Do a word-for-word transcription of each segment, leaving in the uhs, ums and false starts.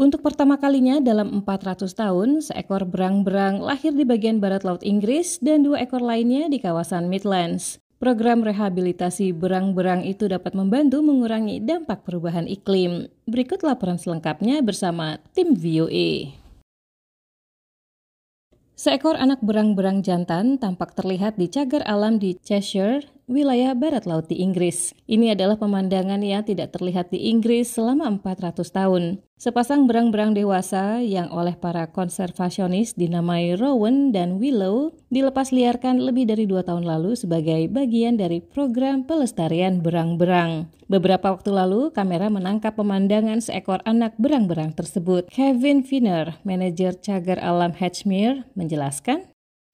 Untuk pertama kalinya dalam empat ratus tahun, seekor berang-berang lahir di bagian barat Laut Inggris dan dua ekor lainnya di kawasan Midlands. Program rehabilitasi berang-berang itu dapat membantu mengurangi dampak perubahan iklim. Berikut laporan selengkapnya bersama tim V O A. Seekor anak berang-berang jantan tampak terlihat di cagar alam di Cheshire, wilayah barat laut di Inggris. Ini adalah pemandangan yang tidak terlihat di Inggris selama empat ratus tahun. Sepasang berang-berang dewasa yang oleh para konservasionis dinamai Rowan dan Willow dilepas liarkan lebih dari dua tahun lalu sebagai bagian dari program pelestarian berang-berang. Beberapa waktu lalu, kamera menangkap pemandangan seekor anak berang-berang tersebut. Kevin Finner, manajer cagar alam Hedgemere, menjelaskan,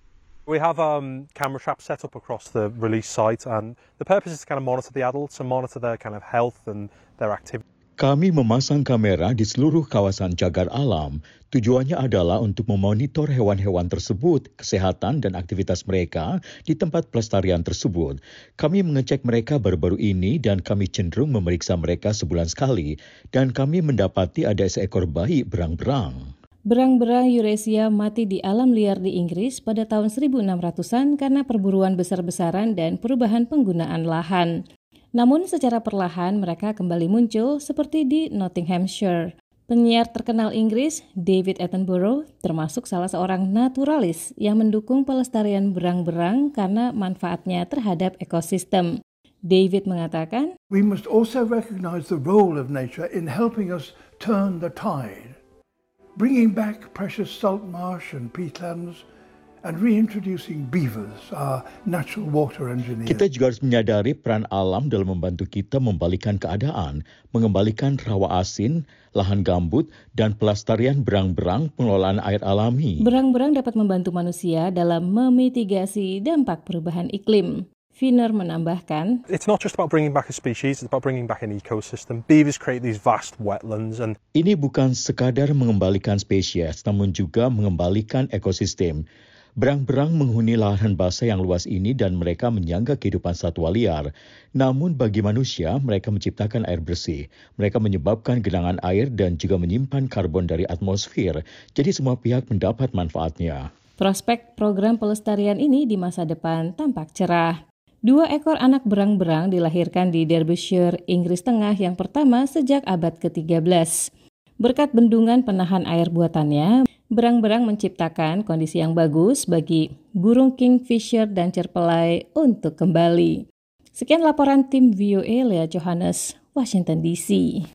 We have um, camera traps set up across the release site, and the purpose is to kind of monitor the adults and monitor their kind of health and their activity. Kami memasang kamera di seluruh kawasan cagar alam. Tujuannya adalah untuk memonitor hewan-hewan tersebut, kesehatan dan aktivitas mereka di tempat pelestarian tersebut. Kami mengecek mereka baru-baru ini dan kami cenderung memeriksa mereka sebulan sekali. Dan kami mendapati ada seekor bayi berang-berang. Berang-berang Eurasia mati di alam liar di Inggris pada tahun seribu enam ratusan karena perburuan besar-besaran dan perubahan penggunaan lahan. Namun secara perlahan mereka kembali muncul seperti di Nottinghamshire. Penyiar terkenal Inggris, David Attenborough, termasuk salah seorang naturalis yang mendukung pelestarian berang-berang karena manfaatnya terhadap ekosistem. David mengatakan, We must also recognize the role of nature in helping us turn the tide, bringing back precious salt marsh and peatlands, and reintroducing beavers, our natural water engineers. Kita juga harus menyadari peran alam dalam membantu kita membalikkan keadaan, mengembalikan rawa asin, lahan gambut, dan pelestarian berang-berang pengelolaan air alami. Berang-berang dapat membantu manusia dalam memitigasi dampak perubahan iklim. Finner menambahkan, It's not just about bringing back a species, it's about bringing back an ecosystem. Beavers create these vast wetlands and Ini bukan sekadar mengembalikan spesies, namun juga mengembalikan ekosistem. Berang-berang menghuni lahan basah yang luas ini dan mereka menyangga kehidupan satwa liar. Namun bagi manusia, mereka menciptakan air bersih. Mereka menyebabkan genangan air dan juga menyimpan karbon dari atmosfer. Jadi semua pihak mendapat manfaatnya. Prospek program pelestarian ini di masa depan tampak cerah. Dua ekor anak berang-berang dilahirkan di Derbyshire, Inggris Tengah yang pertama sejak abad ke-tiga belas. Berkat bendungan penahan air buatannya, berang-berang menciptakan kondisi yang bagus bagi burung kingfisher dan cerpelai untuk kembali. Sekian laporan tim V O A Lea Johannes, Washington D C.